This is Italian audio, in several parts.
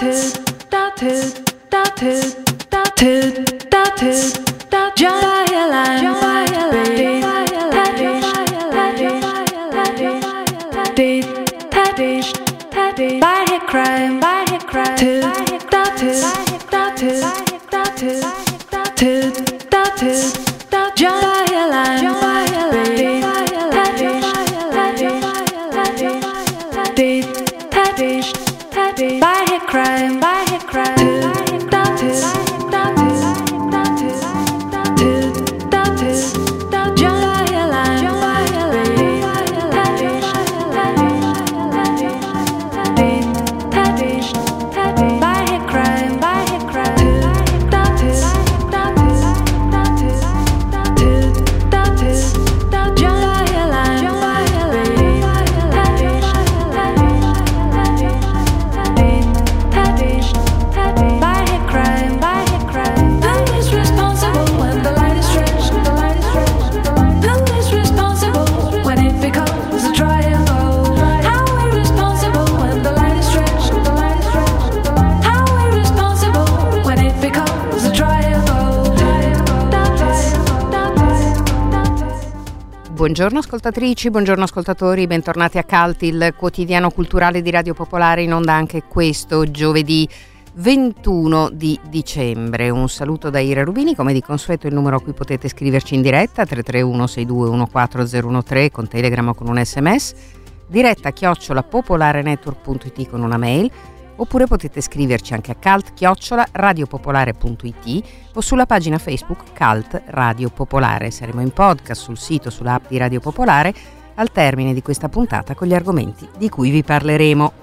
Buongiorno ascoltatrici, buongiorno ascoltatori, bentornati a CULT, il quotidiano culturale di Radio Popolare, in onda anche questo giovedì 21 di dicembre. Un saluto da Ira Rubini, come di consueto il numero a cui potete scriverci in diretta 331 62 14013 con Telegram o con un SMS, diretta @popolarenetwork.it con una mail, oppure potete scriverci anche a cult@radiopopolare.it o sulla pagina Facebook Cult Radio Popolare. Saremo in podcast sul sito, sull'app di Radio Popolare al termine di questa puntata con gli argomenti di cui vi parleremo.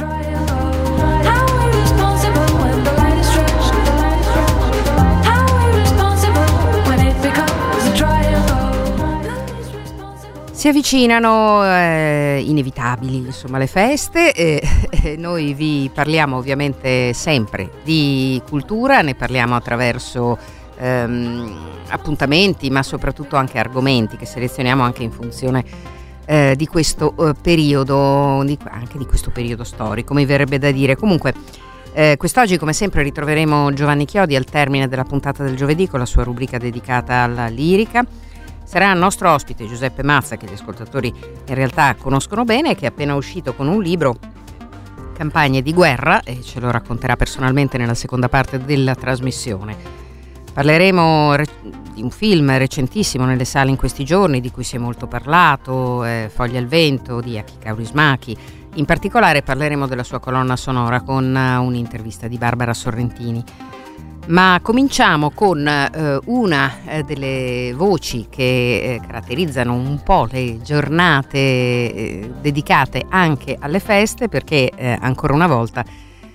Si avvicinano inevitabili, insomma, le feste e noi vi parliamo ovviamente sempre di cultura, ne parliamo attraverso appuntamenti, ma soprattutto anche argomenti che selezioniamo anche in funzione di questo periodo, anche di questo periodo storico, mi verrebbe da dire. Comunque quest'oggi, come sempre, ritroveremo Giovanni Chiodi al termine della puntata del giovedì con la sua rubrica dedicata alla lirica. Sarà il nostro ospite Giuseppe Mazza, che gli ascoltatori in realtà conoscono bene, che è appena uscito con un libro, Campagne di guerra, e ce lo racconterà personalmente nella seconda parte della trasmissione. Parleremo di un film recentissimo nelle sale in questi giorni, di cui si è molto parlato, Foglie al vento di Aki Kaurismäki. In particolare parleremo della sua colonna sonora con un'intervista di Barbara Sorrentini. Ma cominciamo con una delle voci che caratterizzano un po' le giornate dedicate anche alle feste, perché ancora una volta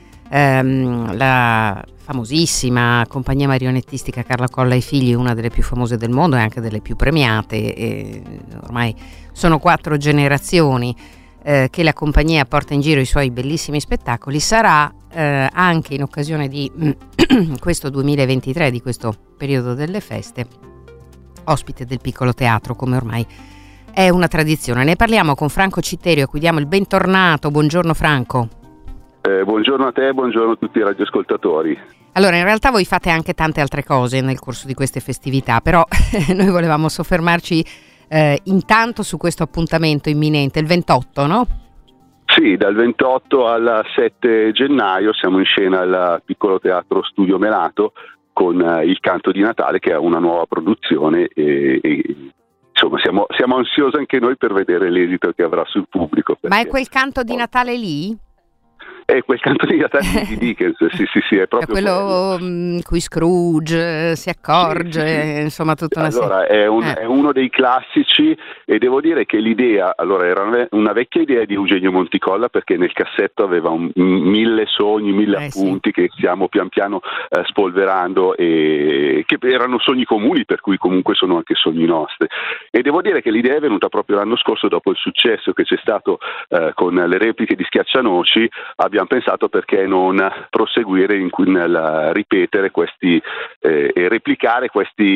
la famosissima compagnia marionettistica Carla Colla e Figli, una delle più famose del mondo e anche delle più premiate, ormai sono 4 generazioni che la compagnia porta in giro i suoi bellissimi spettacoli, sarà anche in occasione di questo 2023, di questo periodo delle feste, ospite del Piccolo Teatro, come ormai è una tradizione. Ne parliamo con Franco Citterio, a cui diamo il bentornato. Buongiorno Franco. Buongiorno a te, buongiorno a tutti i radioascoltatori. Allora, in realtà voi fate anche tante altre cose nel corso di queste festività, però noi volevamo soffermarci intanto su questo appuntamento imminente, il 28, no? Sì, dal 28 al 7 gennaio siamo in scena al Piccolo Teatro Studio Melato con il Canto di Natale, che è una nuova produzione e insomma siamo ansiosi anche noi per vedere l'esito che avrà sul pubblico. Ma è quel Canto di Natale lì? È quel Canto di Natale di Dickens, sì, è proprio quello cui Scrooge si accorge, sì. Insomma tutta una allora, è uno dei classici, e devo dire che l'idea, allora, era una vecchia idea di Eugenio Monticolla, perché nel cassetto aveva 1000 sogni, 1000 appunti, sì, che stiamo pian piano spolverando, e che erano sogni comuni, per cui comunque sono anche sogni nostri. E devo dire che l'idea è venuta proprio l'anno scorso, dopo il successo che c'è stato con le repliche di Schiaccianoci. Abbiamo pensato perché non proseguire nel ripetere questi e replicare questi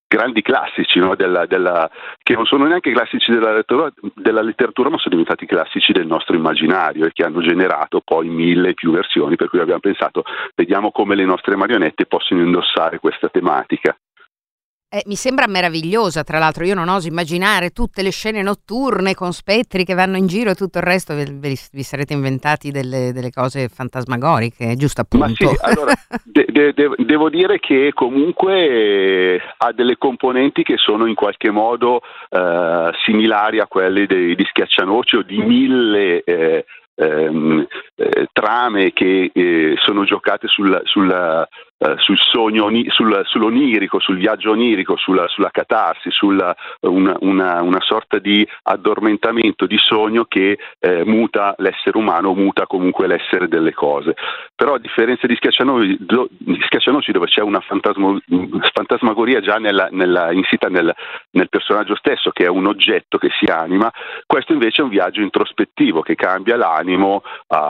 grandi classici, no? Che non sono neanche classici della letteratura, ma sono diventati classici del nostro immaginario e che hanno generato poi 1000 più versioni, per cui abbiamo pensato, vediamo come le nostre marionette possono indossare questa tematica. Mi sembra meravigliosa, tra l'altro. Io non oso immaginare tutte le scene notturne con spettri che vanno in giro e tutto il resto. Vi sarete inventati delle cose fantasmagoriche, giusto appunto? Ma sì, allora devo dire che comunque ha delle componenti che sono in qualche modo similari a quelle di Schiaccianoci o di 1000 trame che sono giocate sul sogno, sull'onirico, sul viaggio onirico, sulla catarsi, sulla una sorta di addormentamento, di sogno che muta l'essere umano, muta comunque l'essere delle cose. Però a differenza di Schiaccianoci, dove c'è una fantasmagoria già insita nel personaggio stesso, che è un oggetto che si anima, questo invece è un viaggio introspettivo che cambia l'animo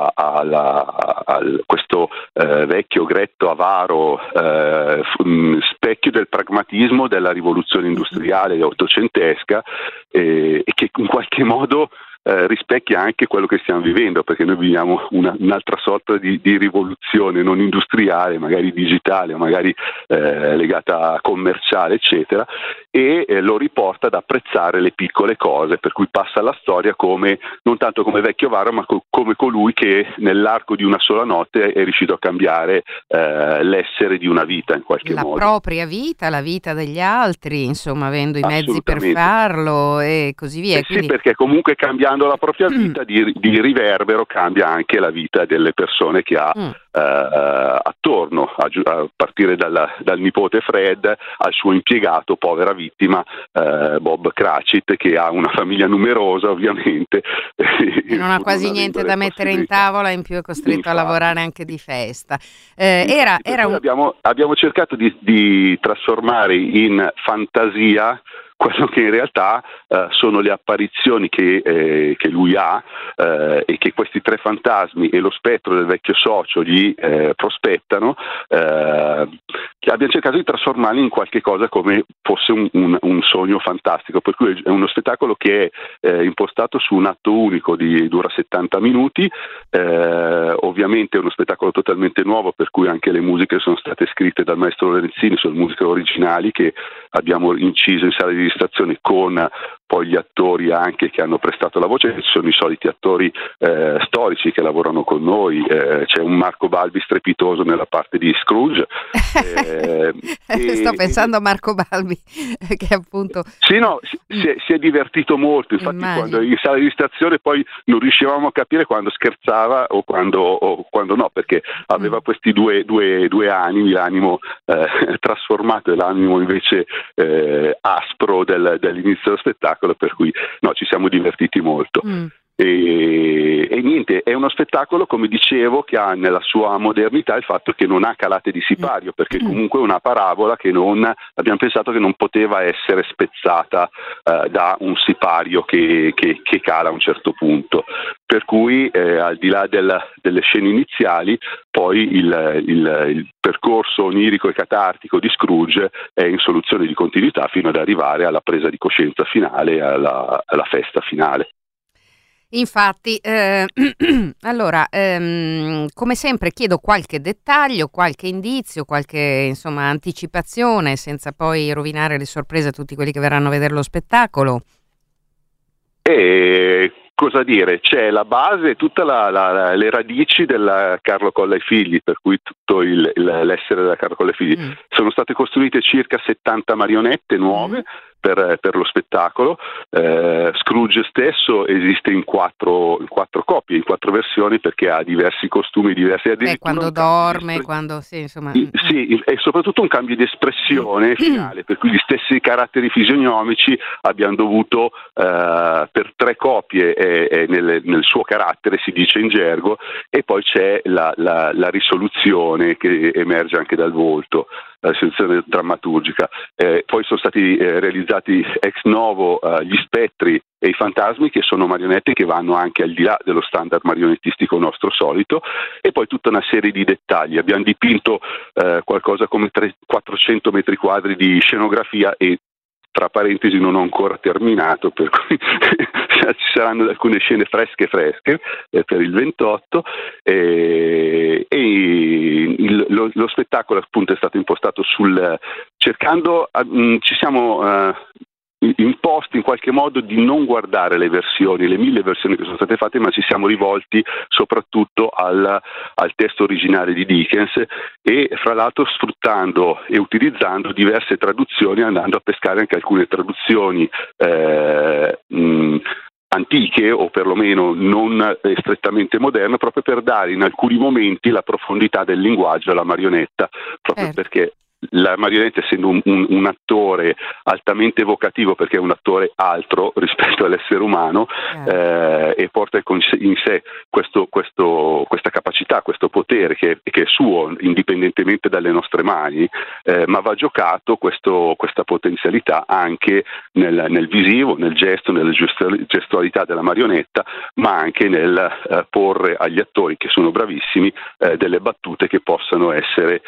a questo vecchio gretto avaro, specchio del pragmatismo della rivoluzione industriale ottocentesca, e che in qualche modo rispecchia anche quello che stiamo vivendo, perché noi viviamo un'altra sorta di rivoluzione non industriale, magari digitale, magari legata a commerciale, eccetera, e lo riporta ad apprezzare le piccole cose, per cui passa alla storia non tanto come vecchio avaro, ma come colui che nell'arco di una sola notte è riuscito a cambiare l'essere di una vita in qualche modo. La propria vita, la vita degli altri, insomma, avendo i mezzi per farlo e così via. Quindi... Sì, perché comunque cambiando la propria vita di riverbero cambia anche la vita delle persone che ha attorno, a partire dal nipote Fred al suo impiegato, povera vittima, Bob Cratchit, che ha una famiglia numerosa ovviamente e non ha quasi niente da mettere in tavola, in più è costretto a lavorare anche di festa. Abbiamo cercato di trasformare in fantasia quello che in realtà sono le apparizioni che lui ha, e che questi 3 fantasmi e lo spettro del vecchio socio gli prospettano, che abbiamo cercato di trasformarli in qualche cosa come fosse un sogno fantastico, per cui è uno spettacolo che è impostato su un atto unico, dura 70 minuti, ovviamente è uno spettacolo totalmente nuovo, per cui anche le musiche sono state scritte dal maestro Lorenzini, sono musiche originali che abbiamo inciso in sala di registrazione con poi gli attori anche che hanno prestato la voce, che sono i soliti attori storici che lavorano con noi. C'è un Marco Balbi strepitoso nella parte di Scrooge. Sto pensando a Marco Balbi, che appunto... Sì, no, si è divertito molto, infatti quando in sala di registrazione poi non riuscivamo a capire quando scherzava o quando no, perché aveva questi due animi, l'animo trasformato e l'animo invece aspro dell'inizio dello spettacolo, per cui no, ci siamo divertiti molto. E niente, è uno spettacolo, come dicevo, che ha nella sua modernità il fatto che non ha calate di sipario, perché comunque è una parabola che abbiamo pensato che non poteva essere spezzata da un sipario che cala a un certo punto, per cui al di là delle scene iniziali, poi il percorso onirico e catartico di Scrooge è in soluzione di continuità fino ad arrivare alla presa di coscienza finale, alla festa finale. Infatti, allora, come sempre chiedo qualche dettaglio, qualche indizio, qualche anticipazione, senza poi rovinare le sorprese a tutti quelli che verranno a vedere lo spettacolo. Cosa dire? C'è la base, tutte le radici della Carlo Colla e Figli, per cui tutto l'essere della Carlo Colla e Figli. Sono state costruite circa 70 marionette nuove per lo spettacolo. Scrooge stesso esiste in quattro coppie, in 4 versioni, perché ha diversi costumi diversi. Quando dorme, quando sì, insomma. Sì, e soprattutto un cambio di espressione finale, per cui gli stessi caratteri fisionomici abbiamo dovuto per 3 coppie nel suo carattere, si dice in gergo, e poi c'è la risoluzione che emerge anche dal volto. situazione drammaturgica. Poi sono stati realizzati ex novo gli spettri e i fantasmi, che sono marionette che vanno anche al di là dello standard marionettistico nostro solito, e poi tutta una serie di dettagli. Abbiamo dipinto qualcosa come 400 metri quadri di scenografia, e tra parentesi non ho ancora terminato, per cui ci saranno alcune scene fresche per il 28, lo spettacolo appunto è stato impostato cercando, ci siamo imposti in qualche modo di non guardare le 1000 versioni che sono state fatte, ma ci siamo rivolti soprattutto al testo originale di Dickens, e fra l'altro sfruttando e utilizzando diverse traduzioni, andando a pescare anche alcune traduzioni antiche, o perlomeno non strettamente moderne, proprio per dare in alcuni momenti la profondità del linguaggio alla marionetta, proprio perché la marionetta, essendo un attore altamente evocativo, perché è un attore altro rispetto all'essere umano, e porta in sé questa capacità, questo potere che è suo indipendentemente dalle nostre mani, ma va giocato questa potenzialità anche nel visivo, nel gesto, nella gestualità della marionetta, ma anche nel porre agli attori, che sono bravissimi, delle battute che possono essere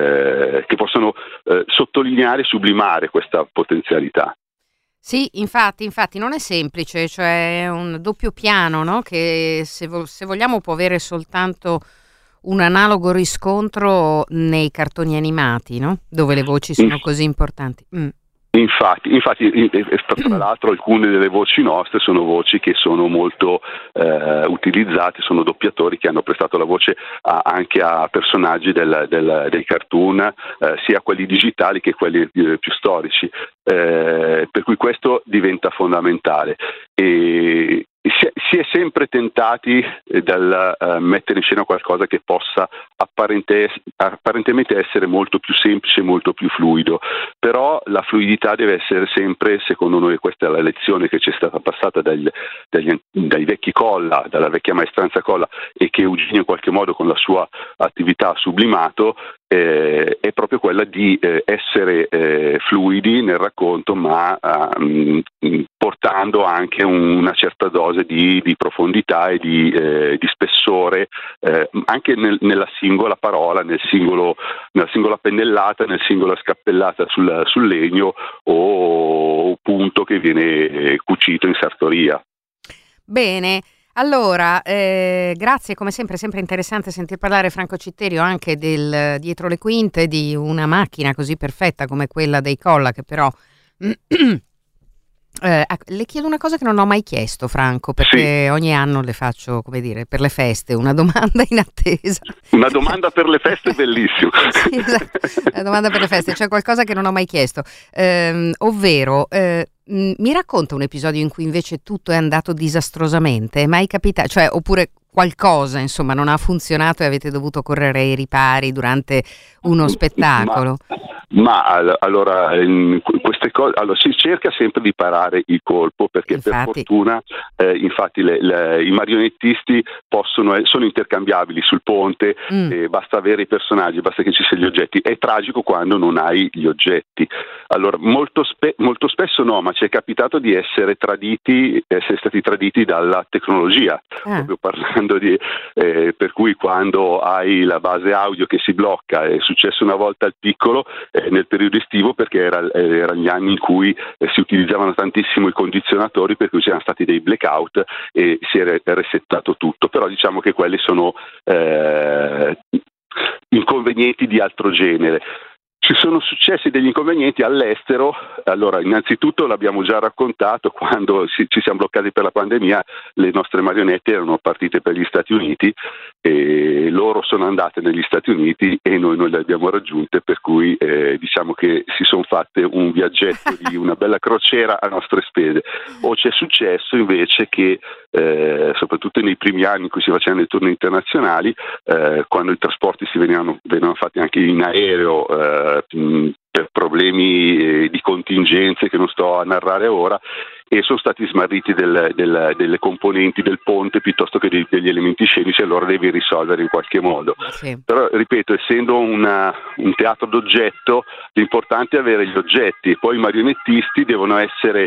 sottolineare e sublimare questa potenzialità. Sì, infatti non è semplice, cioè è un doppio piano, no? Che se vogliamo può avere soltanto un analogo riscontro nei cartoni animati, no? Dove le voci sono così importanti. Infatti, tra l'altro alcune delle voci nostre sono voci che sono molto utilizzate, sono doppiatori che hanno prestato la voce anche a personaggi dei cartoon, sia quelli digitali che quelli più storici, per cui questo diventa fondamentale. E si è sempre tentati dal mettere in scena qualcosa che possa apparentemente essere molto più semplice, molto più fluido, però la fluidità deve essere sempre, secondo noi, questa è la lezione che ci è stata passata dai vecchi Colla, dalla vecchia maestranza Colla, e che Eugenio in qualche modo con la sua attività ha sublimato, è proprio quella di essere fluidi nel racconto, ma portando anche una certa dose di profondità e di spessore, anche nella singola parola, nella singola pennellata, nella singola scappellata sul legno o punto che viene cucito in sartoria. Bene. Allora, grazie, come sempre, è sempre interessante sentir parlare, Franco Citterio, anche del dietro le quinte di una macchina così perfetta come quella dei Colla, che però le chiedo una cosa che non ho mai chiesto, Franco, perché ogni anno le faccio, come dire, per le feste, una domanda in attesa. Una domanda per le feste è bellissimo. Sì, esatto. Una domanda per le feste, c'è qualcosa che non ho mai chiesto, ovvero mi racconta un episodio in cui invece tutto è andato disastrosamente? È mai capitato? Cioè, oppure qualcosa, insomma, non ha funzionato e avete dovuto correre ai ripari durante uno spettacolo? Ma allora, queste cose, allora, si cerca sempre di parare il colpo, perché per fortuna infatti i marionettisti sono intercambiabili sul ponte, basta avere i personaggi, basta che ci siano gli oggetti. È tragico quando non hai gli oggetti. Allora, molto spesso no, ma ci è capitato di essere stati traditi dalla tecnologia, proprio parlando per cui quando hai la base audio che si blocca, è successo una volta al Piccolo, nel periodo estivo, perché erano gli anni in cui si utilizzavano tantissimo i condizionatori, per cui c'erano stati dei blackout e si è resettato tutto. Però diciamo che quelli sono inconvenienti di altro genere. Ci sono successi degli inconvenienti all'estero. Allora, innanzitutto l'abbiamo già raccontato, quando ci siamo bloccati per la pandemia, le nostre marionette erano partite per gli Stati Uniti e loro sono andate negli Stati Uniti e noi non le abbiamo raggiunte, per cui diciamo che si sono fatte un viaggetto di una bella crociera a nostre spese. O c'è successo invece che soprattutto nei primi anni in cui si facevano le tournée internazionali, quando i trasporti venivano fatti anche in aereo, per problemi di contingenze che non sto a narrare ora, e sono stati smarriti delle componenti del ponte piuttosto che degli elementi scenici, allora devi risolvere in qualche modo. Sì. Però ripeto, essendo un teatro d'oggetto, l'importante è avere gli oggetti, poi i marionettisti devono essere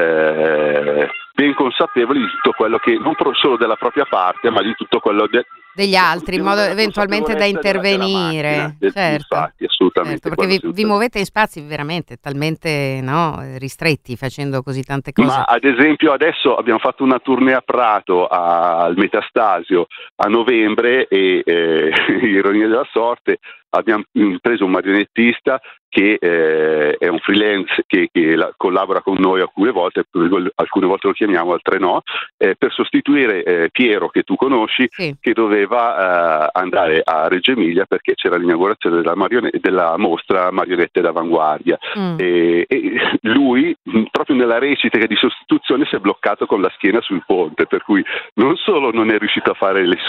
ben consapevoli di tutto quello che, non solo della propria parte, ma di tutto quello degli altri, in modo eventualmente da intervenire. Certo. Infatti, assolutamente. Certo, perché vi muovete in spazi veramente talmente ristretti, facendo così tante cose. Ma ad esempio adesso abbiamo fatto una tournée a Prato al Metastasio a novembre e ironia della sorte abbiamo preso un marionettista che è un freelance che collabora con noi alcune volte lo chiamiamo, altre no, per sostituire Piero, che tu conosci, sì, che doveva andare a Reggio Emilia perché c'era l'inaugurazione della mostra Marionette d'Avanguardia. E lui proprio nella recita di sostituzione si è bloccato con la schiena sul ponte, per cui non solo non è riuscito a fare le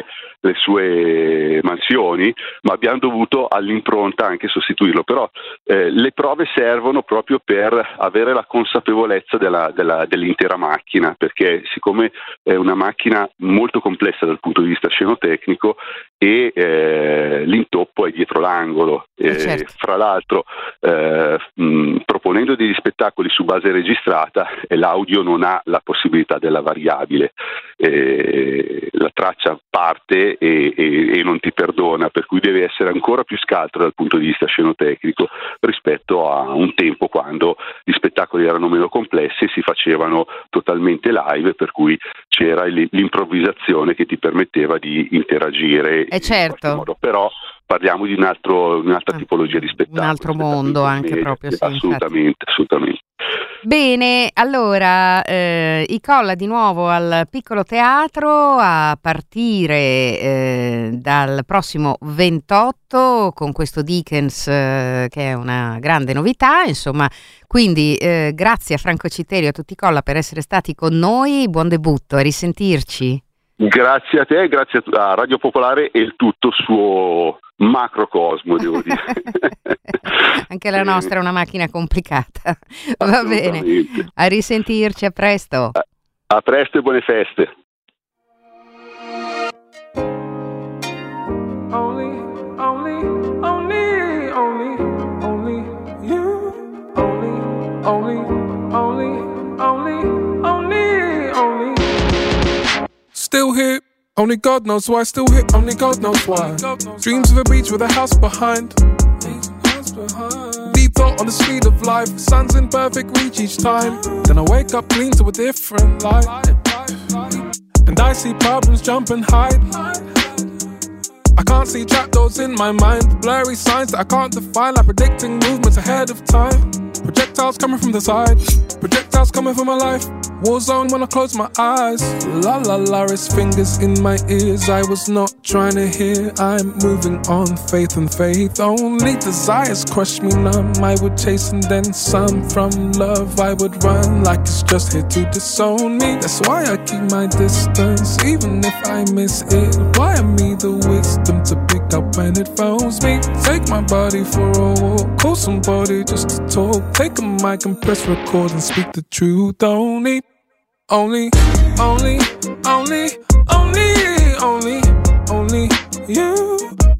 sue mansioni, ma abbiamo dovuto all'impronta anche sostituirlo. Però le prove servono proprio per avere la consapevolezza dell'intera macchina, perché siccome è una macchina molto complessa dal punto di vista scenotecnico e l'intoppo è dietro l'angolo. Certo. Fra l'altro proponendo degli spettacoli su base registrata, l'audio non ha la possibilità della variabile, la traccia parte e non ti perdona, per cui deve essere ancora più scaltro dal punto di vista scenotecnico rispetto a un tempo quando gli spettacoli erano meno complessi e si facevano totalmente live, per cui c'era l'improvvisazione che ti permetteva di interagire in qualche modo. Però parliamo di un'altra tipologia di spettacolo, un altro mondo anche proprio, sì, assolutamente. Bene, allora i Colla di nuovo al Piccolo Teatro a partire dal prossimo 28 con questo Dickens che è una grande novità, insomma, quindi grazie a Franco Citerio e a tutti i Colla per essere stati con noi, buon debutto, a risentirci. Grazie a te, grazie a Radio Popolare e il tutto suo macrocosmo, devo dire. Anche la nostra è una macchina complicata. Va bene, a risentirci, a presto. A presto e buone feste. Still here, only God knows why. Still here, only God knows why. Dreams of a beach with a house behind. Deep thought on the speed of life. Sun's in perfect reach each time. Then I wake up clean to a different light. And I see problems jump and hide. I can't see trapdoors in my mind. Blurry signs that I can't define, like predicting movements ahead of time. Projectiles coming from the side. Projectiles coming from my life. War zone when I close my eyes. La la la, his fingers in my ears. I was not trying to hear. I'm moving on, faith and faith. Only desires crush me numb. I would chase and then some. From love I would run like it's just here to disown me. That's why I keep my distance, even if I miss it. Wire me the wisdom to pick up when it phones me. Take my body for a walk. Call somebody just to talk. Take a mic and press record and speak the truth. Don't need only you.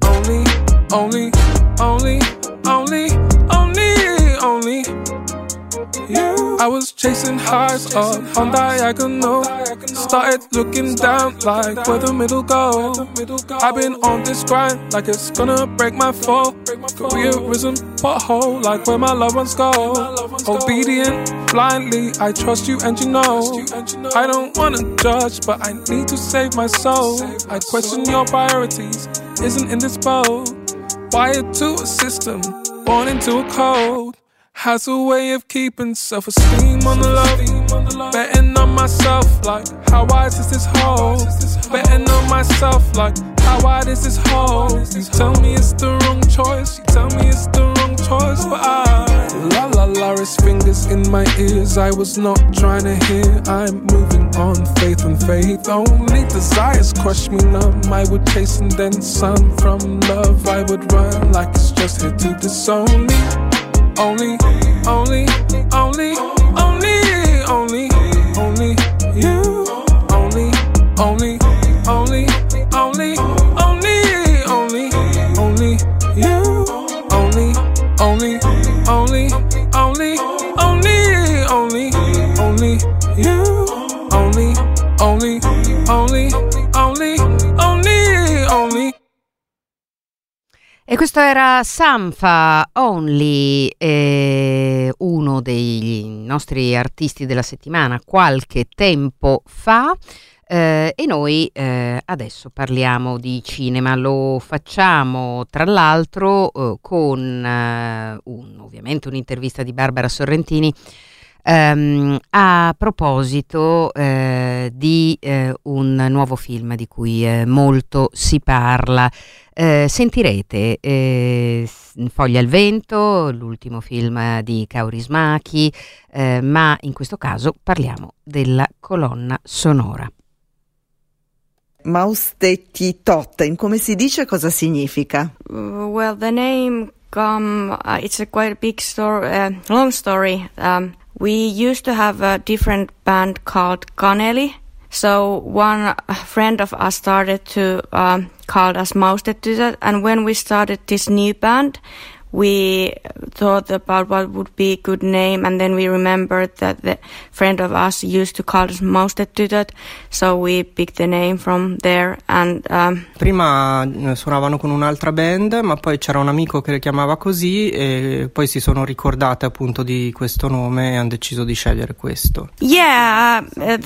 Only you. I was chasing highs up on diagonal. Started looking down like where the middle go. I've been on this grind like it's gonna break my fall. Career risen pothole like where my loved ones go. Obedient blindly, I trust you and you know. I don't wanna judge, but I need to save my soul. I question your priorities, isn't in this boat. Wired to a system, born into a code. Has a way of keeping self-esteem on the low. Betting on myself like, how wise is this hole? Betting on myself like, how wide is this hole? You tell me it's the wrong choice. You tell me it's the wrong choice. But la la la, his fingers in my ears. I was not trying to hear. I'm moving on, faith and faith. Only desires crush me numb. I would chase and then some. From love I would run like it's just here to disown me. Only E questo era Sampha Only, uno dei nostri artisti della settimana qualche tempo fa. E noi adesso parliamo di cinema, lo facciamo tra l'altro con ovviamente un'intervista di Barbara Sorrentini a proposito di un nuovo film di cui molto si parla. Sentirete Foglia al vento, l'ultimo film di Kaurismäki, ma in questo caso parliamo della colonna sonora. Maustettitot, come si dice, cosa significa? Well, the name it's a quite big story, long story. We used to have a different band called Kaneli. So one friend of us started to call us Maustettytöt, and when we started this new band, we thought about what would be a good name, and then we remembered that the friend of us used to call us Maustettytöt, so we picked the name from there. And prima suonavano con un'altra band, ma poi c'era un amico che le chiamava così e poi si sono ricordate appunto di questo nome e hanno deciso di scegliere questo. Yeah,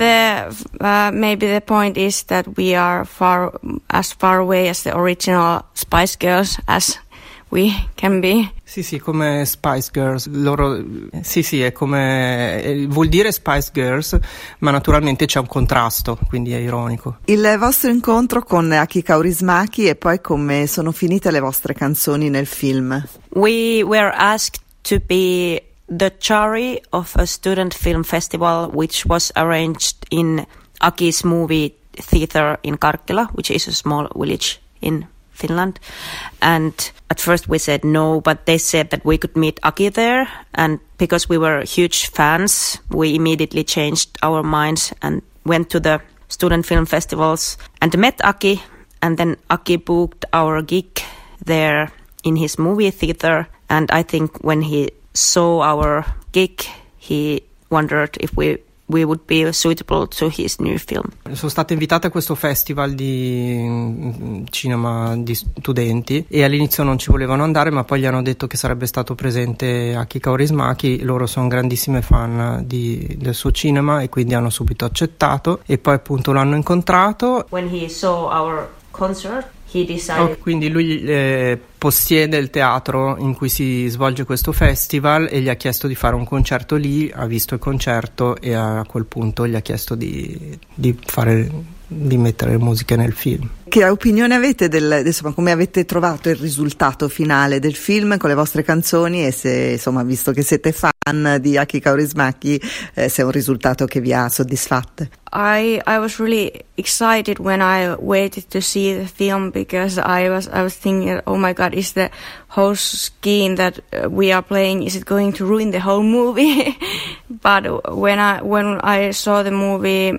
maybe the point is that we are far away as the original Spice Girls as we can be. Sì, come Spice Girls. Loro sì, è come vuol dire Spice Girls, ma naturalmente c'è un contrasto, quindi è ironico. Il vostro incontro con Aki Kaurismäki e poi come sono finite le vostre canzoni nel film? We were asked to be the jury of a student film festival which was arranged in Aki's movie theater in Karkkila, which is a small village in Finland. And at first we said no, but they said that we could meet Aki there, and because we were huge fans, we immediately changed our minds and went to the student film festivals and met Aki, and then Aki booked our gig there in his movie theater, and I think when he saw our gig he wondered if we would be suitable to his new film. Sono state invitate a questo festival di cinema di studenti e all'inizio non ci volevano andare, ma poi gli hanno detto che sarebbe stato presente Aki Kaurismäki. Loro sono grandissime fan del suo cinema e quindi hanno subito accettato, e poi appunto l'hanno incontrato. When he saw our concert, he decided... Quindi lui possiede il teatro in cui si svolge questo festival e gli ha chiesto di fare un concerto lì, ha visto il concerto e a quel punto gli ha chiesto di mettere musiche nel film. Che opinione avete insomma, come avete trovato il risultato finale del film con le vostre canzoni, e se, insomma, visto che siete fan di Aki Kaurismäki, se è un risultato che vi ha soddisfatte? I was really excited when I waited to see the film, because I was thinking, oh my God, is the whole scheme that we are playing, is it going to ruin the whole movie? But when I saw the movie,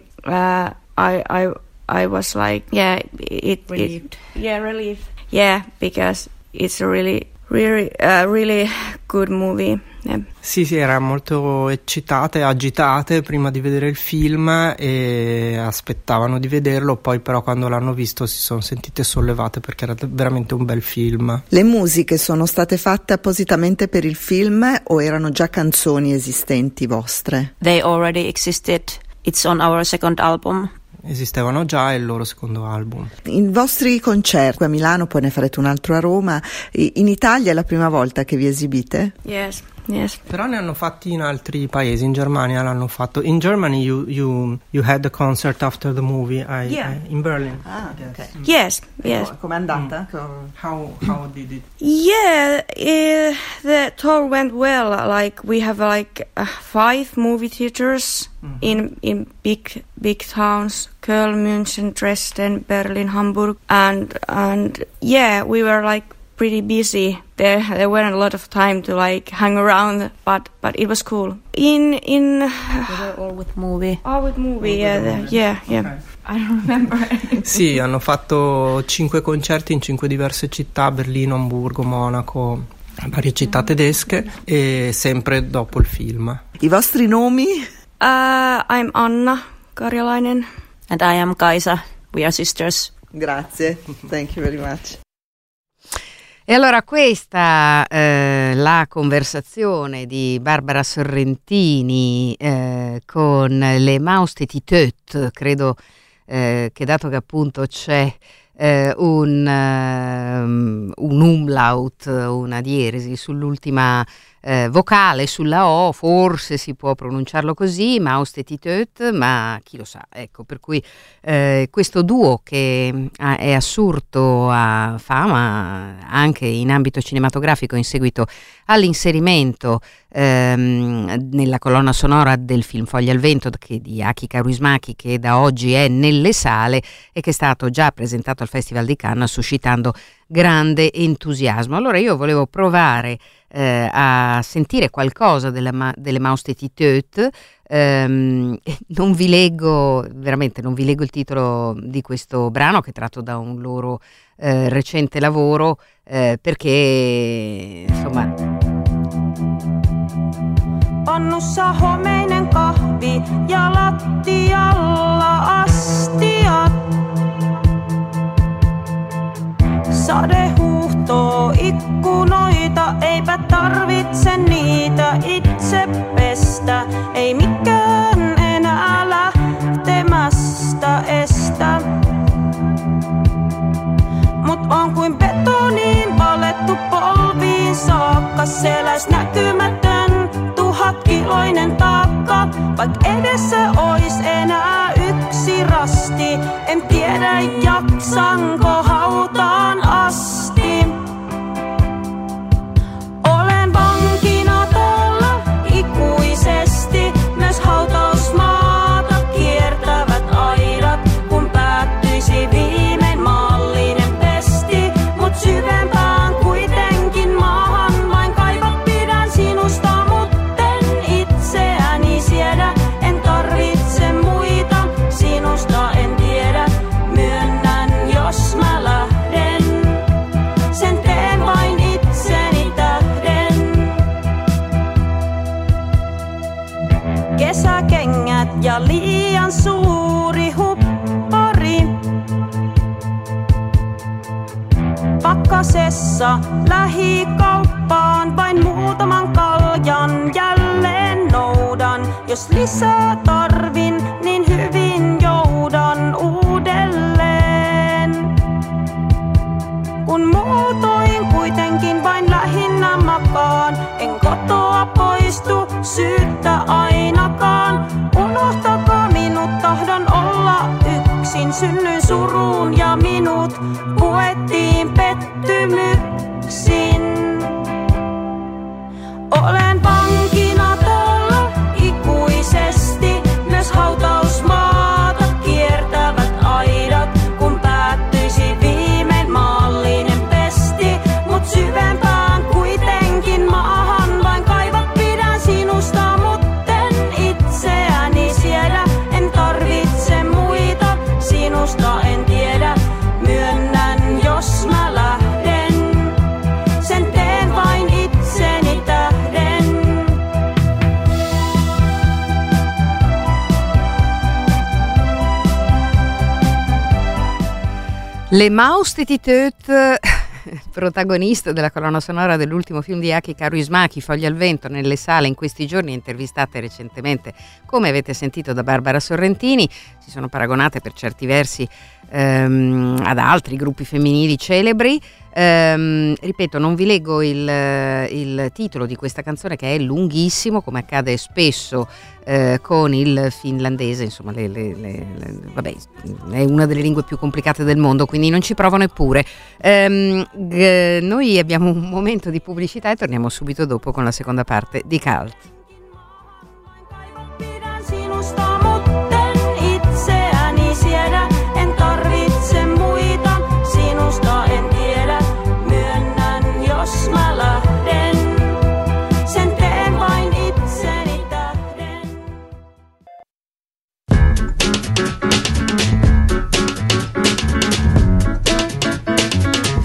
I was like, yeah, relieved. Yeah, because it's a really good movie. Yeah. Sì, era molto eccitate, agitate prima di vedere il film e aspettavano di vederlo, poi però quando l'hanno visto si sono sentite sollevate perché era veramente un bel film. Le musiche sono state fatte appositamente per il film o erano già canzoni esistenti vostre? They already existed. It's on our second album. Esistevano già, è il loro secondo album. I vostri concerti a Milano, poi ne farete un altro a Roma, in Italia è la prima volta che vi esibite? Yes. Però ne hanno fatti in altri paesi, in Germania l'hanno fatto. In Germany you had the concert after the movie in Berlin. Ah, okay. Yes. Com'è andata? How did it? Yeah, the tour went well. Like we have 5 movie theaters in big towns: Köln, München, Dresden, Berlin, Hamburg, and yeah, we were pretty busy. There weren't a lot of time to hang around, but it was cool. In we were all with movie. All with movie, yeah. Okay. I don't remember. Sì, hanno fatto 5 concerti in 5 diverse città: Berlino, Amburgo, Monaco, varie città tedesche, e sempre dopo il film. I vostri nomi? I'm Anna Karjalainen. And I am Kaisa. We are sisters. Grazie. Thank you very much. E allora questa la conversazione di Barbara Sorrentini con le Maustetit, credo che dato che appunto c'è un umlaut, una dieresi sull'ultima vocale, sulla O, forse si può pronunciarlo così, Maustetit, ma chi lo sa, ecco, per cui questo duo che è assurto a fama anche in ambito cinematografico in seguito all'inserimento nella colonna sonora del film Foglie al vento di Aki Kaurismäki, che da oggi è nelle sale e che è stato già presentato al Festival di Cannes suscitando grande entusiasmo. Allora io volevo provare a sentire qualcosa delle Maustetit. Non vi leggo il titolo di questo brano, che è tratto da un loro recente lavoro, perché insomma Pannussa homeinen kahvi ja lattialla astiat. Sade huuhtoo ikkunoita, eipä tarvitse niitä itse pestä. Ei mikään enää lähtemästä estä. Mut on kuin betoniin valettu polviin saakka. Seläs näkymätön 1000-kiloinen taakka. Vaik edessä ois enää yksi rasti. En tiedä jaksanko hautaan asti. Olen vankina täällä ikuisesti. Myös hautausmaata kiertävät aidat. Kun päättyisi viimein maallinen pesti. Mut syvempään kuitenkin maahan vain kaivat. Pidän sinusta mutten itseäni siedä. En tarvitse muita, sinusta en tiedä. Myönnän jos mä lähden. Sen teen vain itseni tähden. Kesäkengät ja liian suuri huppari. Pakkasessa lähikauppaan vain muutaman kaljan jälleen noudan. Jos lisää tarvin, niin hyvin joudan uudelleen. Kun muutoin kuitenkin vain lähinnä makaan, en kotoa poistu syyttä ainakaan. Unohtakaa minut, tahdon olla yksin. Synnyin suruun ja minut puettiin pettymyksin. Olen vankina täällä ikuisesti. Myös hautausmaata kiertävät aidat. Kun päättyisi viimein maallinen pesti. Mut syvempään kuitenkin maahan vain kaivat. Pidän sinusta mutten itseäni siedä. En tarvitse muita, sinusta en tiedä. Myönnän jos mä lähden. Sen teen vain itseni tähden. Le Maustetit, protagonista della colonna sonora dell'ultimo film di Aki Kaurismäki, Foglie al vento, nelle sale in questi giorni, intervistate recentemente, come avete sentito, da Barbara Sorrentini. Si sono paragonate per certi versi ad altri gruppi femminili celebri. Ripeto, non vi leggo il titolo di questa canzone, che è lunghissimo, come accade spesso con il finlandese. Insomma, vabbè, è una delle lingue più complicate del mondo, quindi non ci provo neppure. Noi abbiamo un momento di pubblicità e torniamo subito dopo con la seconda parte di Cult.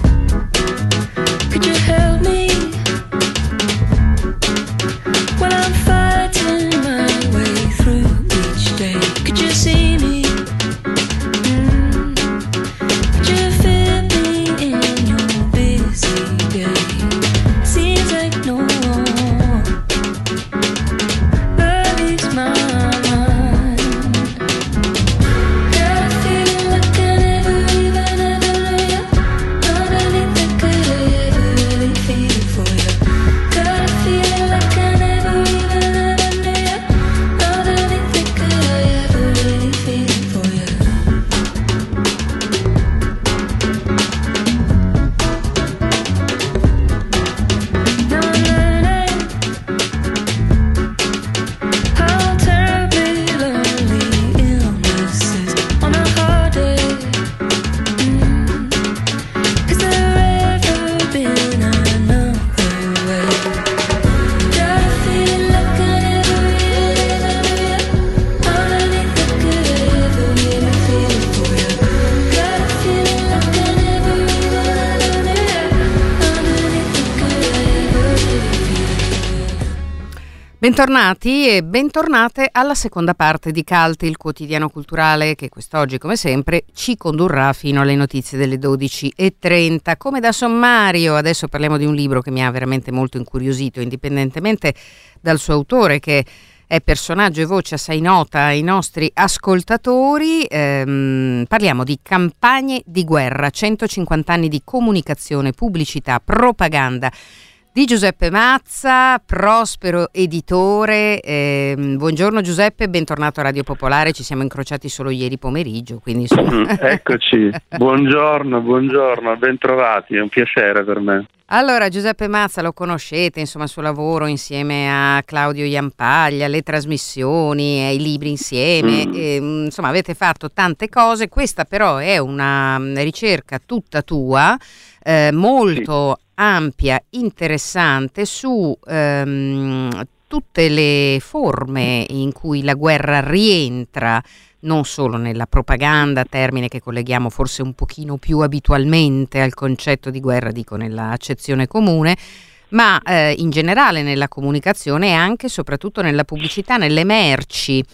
Could you help me when I'm Bentornati e bentornate alla seconda parte di Cult, il quotidiano culturale che quest'oggi, come sempre, ci condurrà fino alle notizie delle 12:30. Come da sommario, adesso parliamo di un libro che mi ha veramente molto incuriosito, indipendentemente dal suo autore, che è personaggio e voce assai nota ai nostri ascoltatori. Parliamo di Campagne di guerra, 150 anni di comunicazione, pubblicità, propaganda, di Giuseppe Mazza, prospero editore. Buongiorno Giuseppe, bentornato a Radio Popolare, ci siamo incrociati solo ieri pomeriggio, quindi insomma... Eccoci, buongiorno, ben trovati, è un piacere per me. Allora, Giuseppe Mazza lo conoscete, insomma, il suo lavoro insieme a Claudio Jampaglia, le trasmissioni, i libri insieme, insomma avete fatto tante cose. Questa però è una ricerca tutta tua, molto ampia, interessante, su tutte le forme in cui la guerra rientra, non solo nella propaganda, termine che colleghiamo forse un pochino più abitualmente al concetto di guerra, dico nella accezione comune, ma in generale nella comunicazione e anche e soprattutto nella pubblicità, nelle merci.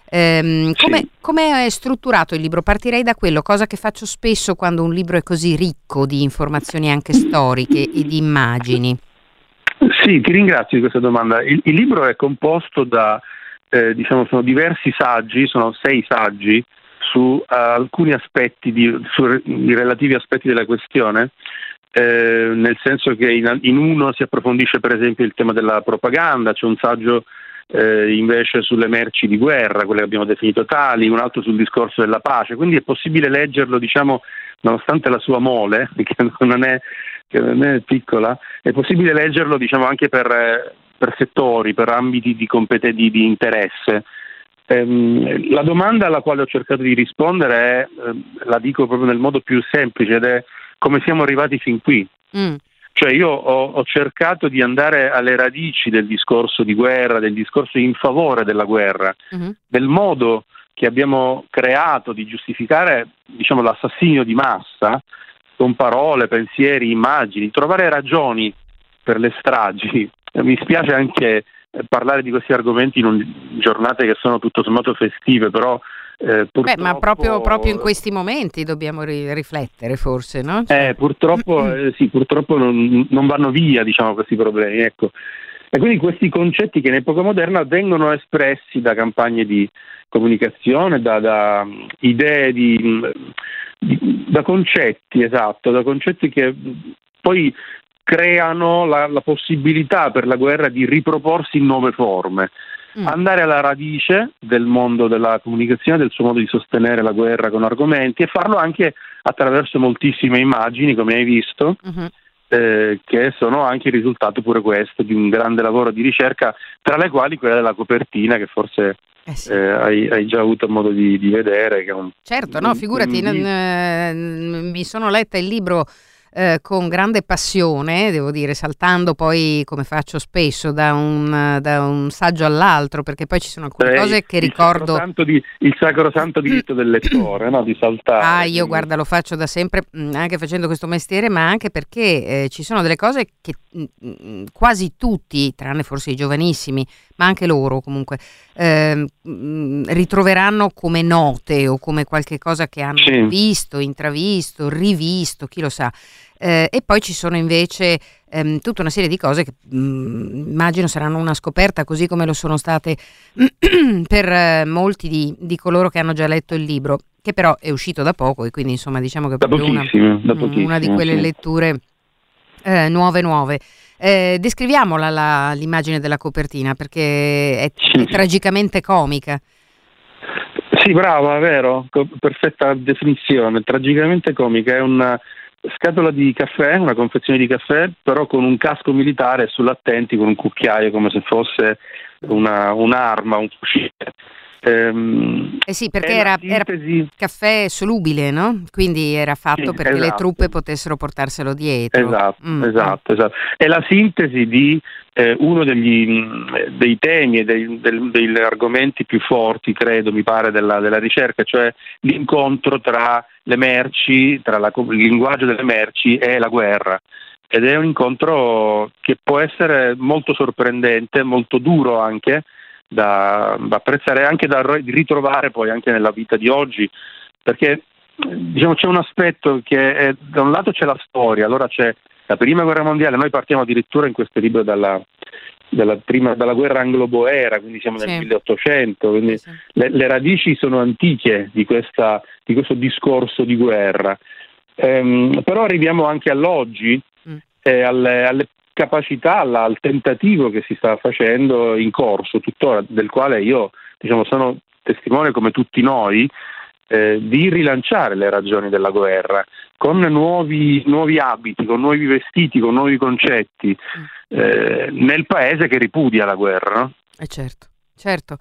Come è strutturato il libro? Partirei da quello, cosa che faccio spesso quando un libro è così ricco di informazioni anche storiche e di immagini. Sì, ti ringrazio di questa domanda. Il libro è composto da sono diversi saggi, sono 6 saggi su alcuni aspetti i relativi aspetti della questione, nel senso che in uno si approfondisce per esempio il tema della propaganda, c'è un saggio invece sulle merci di guerra, quelle che abbiamo definito tali, un altro sul discorso della pace, quindi è possibile leggerlo, nonostante la sua mole, che non è piccola, è possibile leggerlo anche per settori, per ambiti di interesse. La domanda alla quale ho cercato di rispondere è, la dico proprio nel modo più semplice, ed è come siamo arrivati fin qui. Cioè io ho cercato di andare alle radici del discorso di guerra, del discorso in favore della guerra, del modo che abbiamo creato di giustificare l'assassinio di massa con parole, pensieri, immagini, trovare ragioni per le stragi. Mi spiace anche parlare di questi argomenti in giornate che sono tutto sommato festive, però purtroppo... ma proprio in questi momenti dobbiamo riflettere, forse, no? Purtroppo non vanno via, questi problemi, ecco. E quindi questi concetti che in epoca moderna vengono espressi da campagne di comunicazione, da idee, da concetti, esatto, da concetti che poi creano la possibilità per la guerra di riproporsi in nuove forme. Andare alla radice del mondo della comunicazione, del suo modo di sostenere la guerra con argomenti, e farlo anche attraverso moltissime immagini, come hai visto, che sono anche il risultato pure questo di un grande lavoro di ricerca, tra le quali quella della copertina, che forse hai già avuto modo di vedere. Che è certo, no, figurati, mi sono letta il libro con grande passione, devo dire, saltando poi, come faccio spesso, da un saggio all'altro, perché poi ci sono alcune cose che ricordo. Il sacrosanto diritto del lettore, no? Di saltare. Io guarda, lo faccio da sempre, anche facendo questo mestiere, ma anche perché ci sono delle cose che quasi tutti, tranne forse i giovanissimi, ma anche loro comunque, ritroveranno come note o come qualche cosa che hanno visto, intravisto, rivisto, chi lo sa. E poi ci sono invece tutta una serie di cose che immagino saranno una scoperta, così come lo sono state per molti di coloro che hanno già letto il libro, che però è uscito da poco, e quindi insomma diciamo che è proprio una di quelle letture nuove. Descriviamo l'immagine della copertina, perché è tragicamente comica. Sì, brava, vero, perfetta definizione, tragicamente comica. È una scatola di caffè, una confezione di caffè, però con un casco militare sull'attenti, con un cucchiaio, come se fosse un'arma, un fucile. Sì, perché era caffè solubile, no? Quindi era fatto perché le truppe potessero portarselo dietro. Esatto. È la sintesi di uno dei temi e degli argomenti più forti, credo, mi pare, della ricerca, cioè l'incontro tra le merci, il linguaggio delle merci e la guerra. ed è un incontro che può essere molto sorprendente, molto duro anche da apprezzare, anche da ritrovare poi anche nella vita di oggi, perché diciamo c'è un aspetto che è, da un lato c'è la storia, allora c'è la prima guerra mondiale, noi partiamo addirittura in questo libro dalla guerra anglo-boera, quindi siamo nel 1800, quindi le radici sono antiche di questo discorso di guerra, però arriviamo anche all'oggi, alle capacità, al tentativo che si sta facendo in corso tuttora, del quale io sono testimone come tutti noi, di rilanciare le ragioni della guerra con nuovi abiti, con nuovi vestiti, con nuovi concetti, nel paese che ripudia la guerra, no? Certo.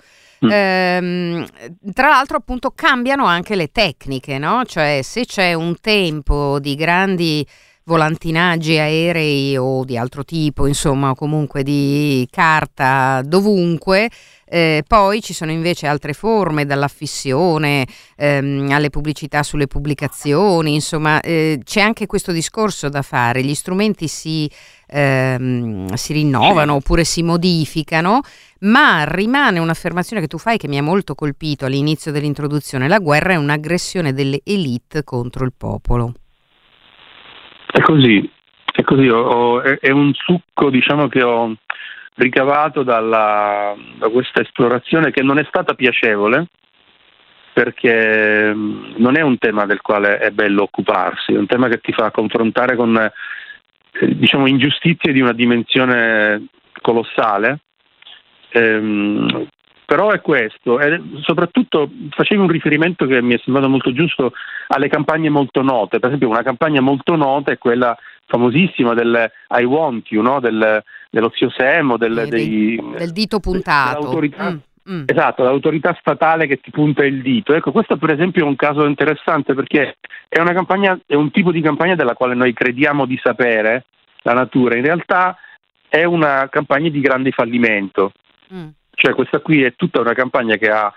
Tra l'altro appunto cambiano anche le tecniche, no? Cioè se c'è un tempo di grandi volantinaggi aerei o di altro tipo, insomma, o comunque di carta dovunque, poi ci sono invece altre forme, dall'affissione alle pubblicità sulle pubblicazioni, insomma, c'è anche questo discorso da fare, gli strumenti si rinnovano oppure si modificano, ma rimane un'affermazione che tu fai che mi ha molto colpito all'inizio dell'introduzione: la guerra è un'aggressione delle elite contro il popolo. È così, è un succo che ho ricavato da questa esplorazione, che non è stata piacevole, perché non è un tema del quale è bello occuparsi, è un tema che ti fa confrontare con ingiustizie di una dimensione colossale, però è questo, e soprattutto facevi un riferimento che mi è sembrato molto giusto alle campagne molto note. Per esempio una campagna molto nota è quella famosissima del I want you, no? dello zio Semo, del dito puntato. Esatto, l'autorità statale che ti punta il dito. Ecco, questo per esempio è un caso interessante, perché è una campagna, è un tipo di campagna della quale noi crediamo di sapere la natura, in realtà è una campagna di grande fallimento. Cioè questa qui è tutta una campagna che ha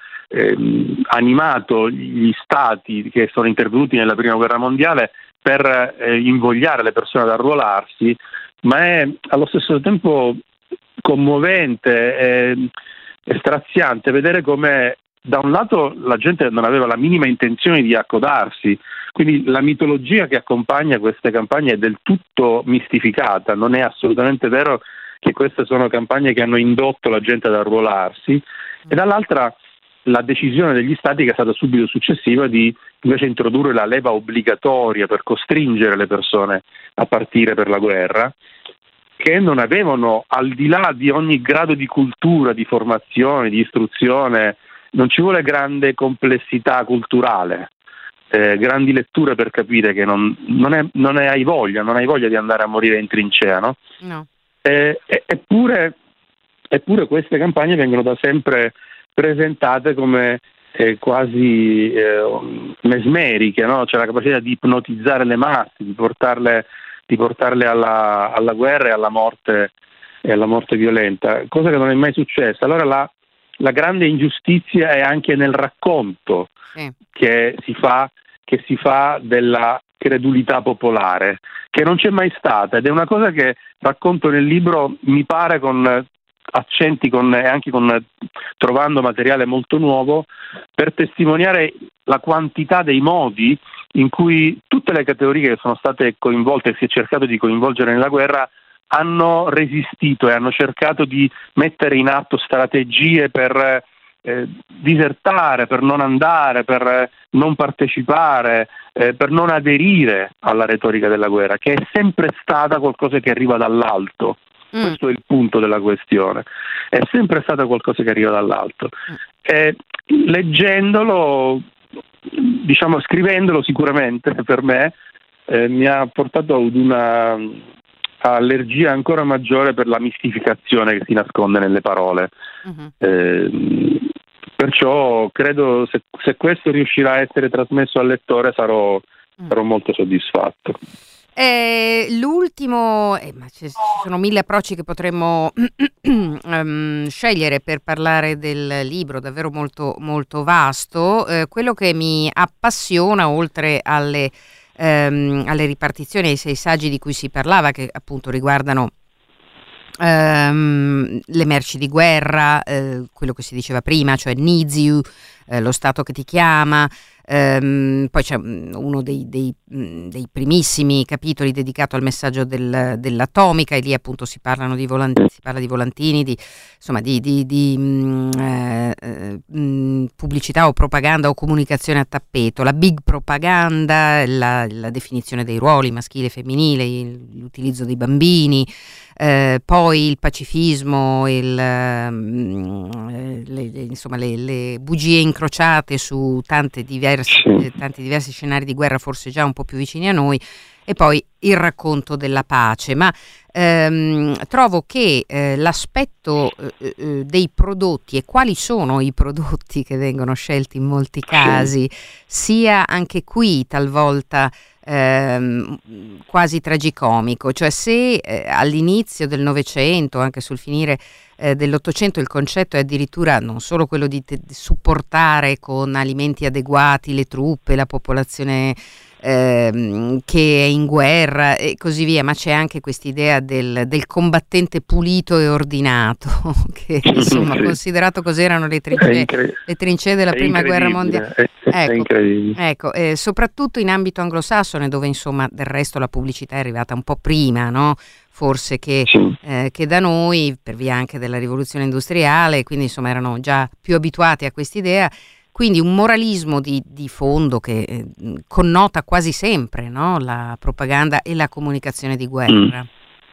animato gli stati che sono intervenuti nella prima guerra mondiale per invogliare le persone ad arruolarsi, ma è allo stesso tempo commovente e straziante vedere come da un lato la gente non aveva la minima intenzione di accodarsi, quindi la mitologia che accompagna queste campagne è del tutto mistificata, non è assolutamente vero che queste sono campagne che hanno indotto la gente ad arruolarsi, e dall'altra la decisione degli stati, che è stata subito successiva, di invece introdurre la leva obbligatoria per costringere le persone a partire per la guerra, che non avevano, al di là di ogni grado di cultura, di formazione, di istruzione, non ci vuole grande complessità culturale, grandi letture per capire che non hai voglia di andare a morire in trincea, no? No. Eppure queste campagne vengono da sempre presentate come quasi mesmeriche, no? C'è la capacità di ipnotizzare le masse, di portarle alla guerra e alla morte violenta, cosa che non è mai successa. Allora la grande ingiustizia è anche nel racconto che si fa della credulità popolare, che non c'è mai stata, ed è una cosa che racconto nel libro, mi pare con accenti e anche trovando materiale molto nuovo per testimoniare la quantità dei modi in cui tutte le categorie che sono state coinvolte e si è cercato di coinvolgere nella guerra hanno resistito e hanno cercato di mettere in atto strategie per disertare, per non andare, per non partecipare, per non aderire alla retorica della guerra, che è sempre stata qualcosa che arriva dall'alto. Questo è il punto della questione, è sempre stata qualcosa che arriva dall'alto. Leggendolo, scrivendolo sicuramente per me mi ha portato ad una allergia ancora maggiore per la mistificazione che si nasconde nelle parole. Perciò credo se questo riuscirà a essere trasmesso al lettore sarò molto soddisfatto. L'ultimo, ma ci sono 1000 approcci che potremmo scegliere per parlare del libro, davvero molto, molto vasto. Quello che mi appassiona, oltre alle alle ripartizioni, ai 6 saggi di cui si parlava, che appunto riguardano le merci di guerra, quello che si diceva prima, cioè needs you, lo Stato che ti chiama. Poi c'è uno dei primissimi capitoli dedicato al messaggio dell'atomica, e lì appunto si parla di volantini, di pubblicità o propaganda o comunicazione a tappeto, la big propaganda, la definizione dei ruoli maschile e femminile, l'utilizzo dei bambini, poi il pacifismo, le bugie incrociate su tanti diversi scenari di guerra, forse già un po' più vicini a noi, e poi il racconto della pace. Ma trovo che l'aspetto dei prodotti e quali sono i prodotti che vengono scelti in molti casi sia anche qui talvolta quasi tragicomico, cioè se all'inizio del Novecento, anche sul finire dell'Ottocento, il concetto è addirittura non solo quello di supportare con alimenti adeguati le truppe, la popolazione che è in guerra e così via, ma c'è anche quest'idea del combattente pulito e ordinato, che insomma, considerato cos'erano le trincee della prima guerra mondiale, ecco, soprattutto in ambito anglosassone, dove insomma del resto la pubblicità è arrivata un po' prima, no? Forse che da noi, per via anche della rivoluzione industriale, quindi insomma erano già più abituati a quest'idea. Quindi un moralismo di fondo che connota quasi sempre, no? La propaganda e la comunicazione di guerra.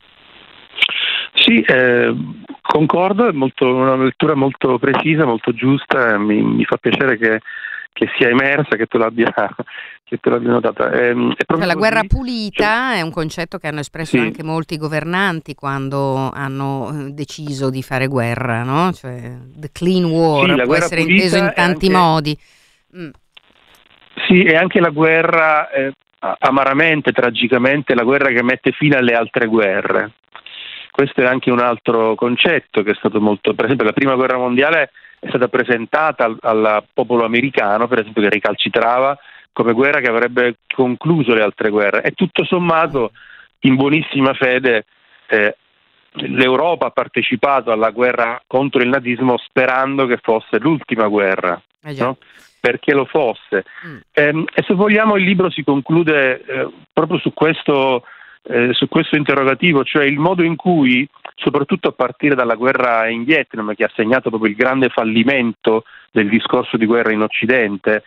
Sì, concordo, è una lettura molto precisa, molto giusta, mi fa piacere che sia emersa, che tu l'abbia notata. Cioè, la guerra pulita è un concetto che hanno espresso anche molti governanti quando hanno deciso di fare guerra, no? Cioè, the clean war può essere inteso in tanti modi. Sì, e anche la guerra, amaramente, tragicamente, la guerra che mette fine alle altre guerre. Questo è anche un altro concetto che è stato molto, per esempio la prima guerra mondiale è stata presentata al popolo americano, per esempio, che recalcitrava, come guerra che avrebbe concluso le altre guerre, e tutto sommato, in buonissima fede, l'Europa ha partecipato alla guerra contro il nazismo sperando che fosse l'ultima guerra, no? Perché lo fosse. E se vogliamo il libro si conclude proprio su questo interrogativo, cioè il modo in cui, soprattutto a partire dalla guerra in Vietnam, che ha segnato proprio il grande fallimento del discorso di guerra in Occidente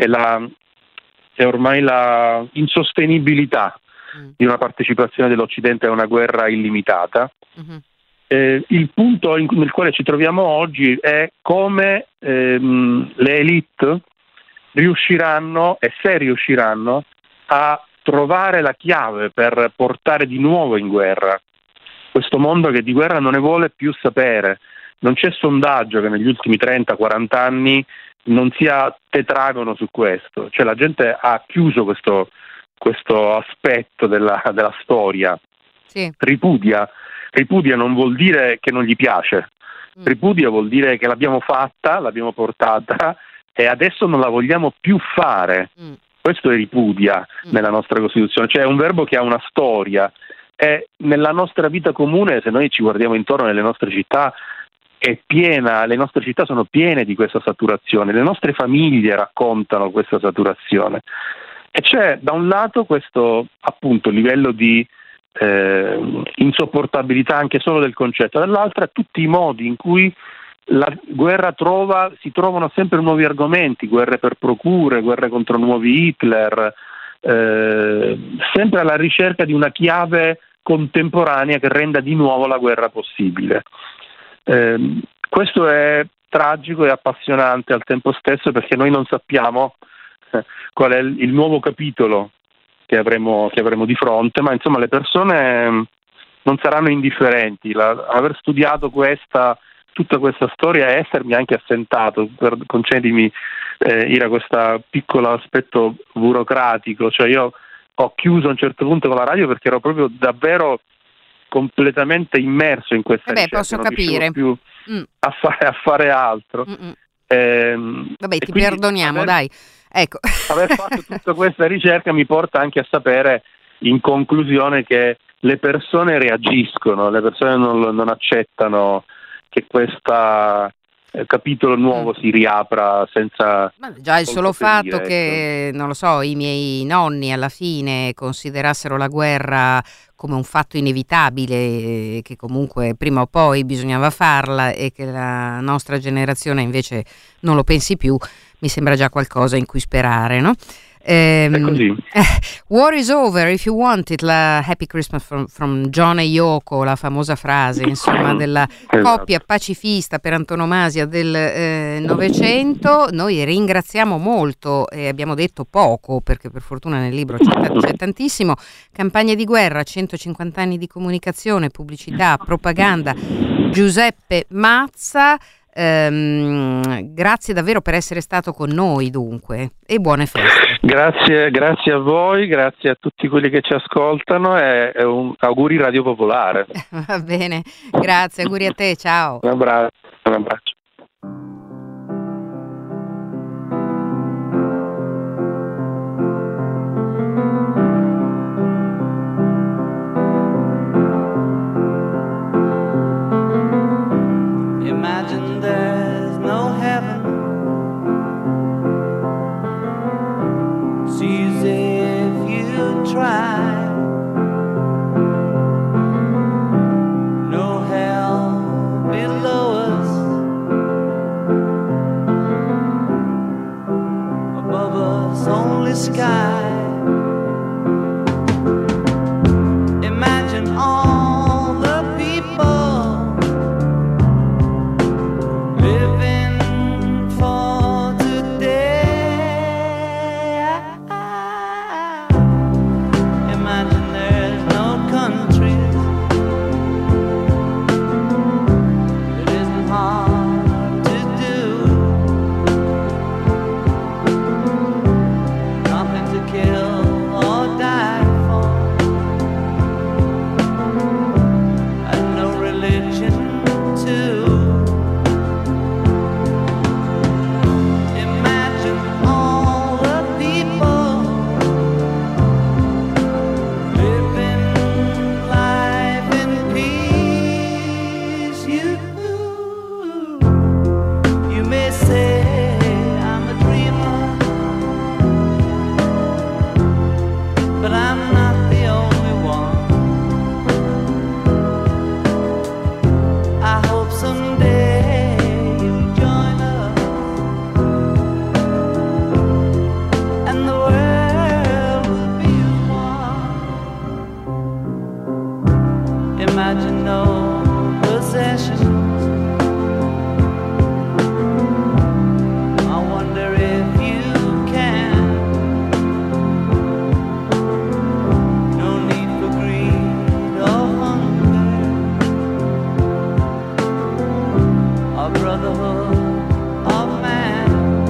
e ormai la insostenibilità di una partecipazione dell'Occidente a una guerra illimitata. Il punto nel quale ci troviamo oggi è come le elite riusciranno, e se riusciranno, a trovare la chiave per portare di nuovo in guerra questo mondo che di guerra non ne vuole più sapere. Non c'è sondaggio che negli ultimi 30-40 anni non sia tetragono su questo, cioè la gente ha chiuso questo aspetto della storia. Ripudia non vuol dire che non gli piace, ripudia vuol dire che l'abbiamo fatta, l'abbiamo portata e adesso non la vogliamo più fare. Questo è ripudia nella nostra Costituzione, cioè è un verbo che ha una storia, e nella nostra vita comune, se noi ci guardiamo intorno nelle nostre città, è piena, le nostre città sono piene di questa saturazione, le nostre famiglie raccontano questa saturazione, e c'è da un lato questo appunto livello di insopportabilità anche solo del concetto, dall'altra tutti i modi in cui la guerra si trovano sempre nuovi argomenti, guerre per procure, guerre contro nuovi Hitler, sempre alla ricerca di una chiave contemporanea che renda di nuovo la guerra possibile. Questo è tragico e appassionante al tempo stesso, perché noi non sappiamo qual è il nuovo capitolo che avremo di fronte, ma insomma le persone non saranno indifferenti. Aver studiato tutta questa storia e essermi anche assentato, concedimi Ira, questo piccolo aspetto burocratico, cioè io ho chiuso a un certo punto con la radio perché ero proprio davvero completamente immerso in questa ricerca, posso non capire riuscivo più a fare altro. Vabbè, ti perdoniamo, dai. Ecco. Aver fatto tutta questa ricerca mi porta anche a sapere in conclusione che le persone reagiscono, le persone non accettano che questo capitolo nuovo si riapra senza... Già il solo fatto ecco. che, non lo so, i miei nonni alla fine considerassero la guerra come un fatto inevitabile, che comunque prima o poi bisognava farla, e che la nostra generazione invece non lo pensi più, mi sembra già qualcosa in cui sperare, no? È così. War is over if you want it, la Happy Christmas from John e Yoko, la famosa frase insomma della coppia pacifista per antonomasia del Novecento. Noi ringraziamo molto e abbiamo detto poco, perché per fortuna nel libro c'è tantissimo. Campagne di guerra, 150 anni di comunicazione, pubblicità, propaganda, Giuseppe Mazza. Grazie davvero per essere stato con noi, dunque, e buone feste. Grazie a voi, grazie a tutti quelli che ci ascoltano e auguri Radio Popolare. Va bene, grazie, auguri a te, ciao. Un abbraccio. Imagine there's no heaven. It's easy if you try. No hell below us. Above us only sky. Imagine all the people living for today. Imagine there's no countries. It isn't hard to do. Nothing to kill or die for, and no religion too. Imagine all the people living life in peace. You may say I'm a dreamer, but I'm not the only one. I hope someday you'll join us and the world will be as one. Imagine no possessions. I wonder if you can. No need for greed or hunger, or brotherhood of man.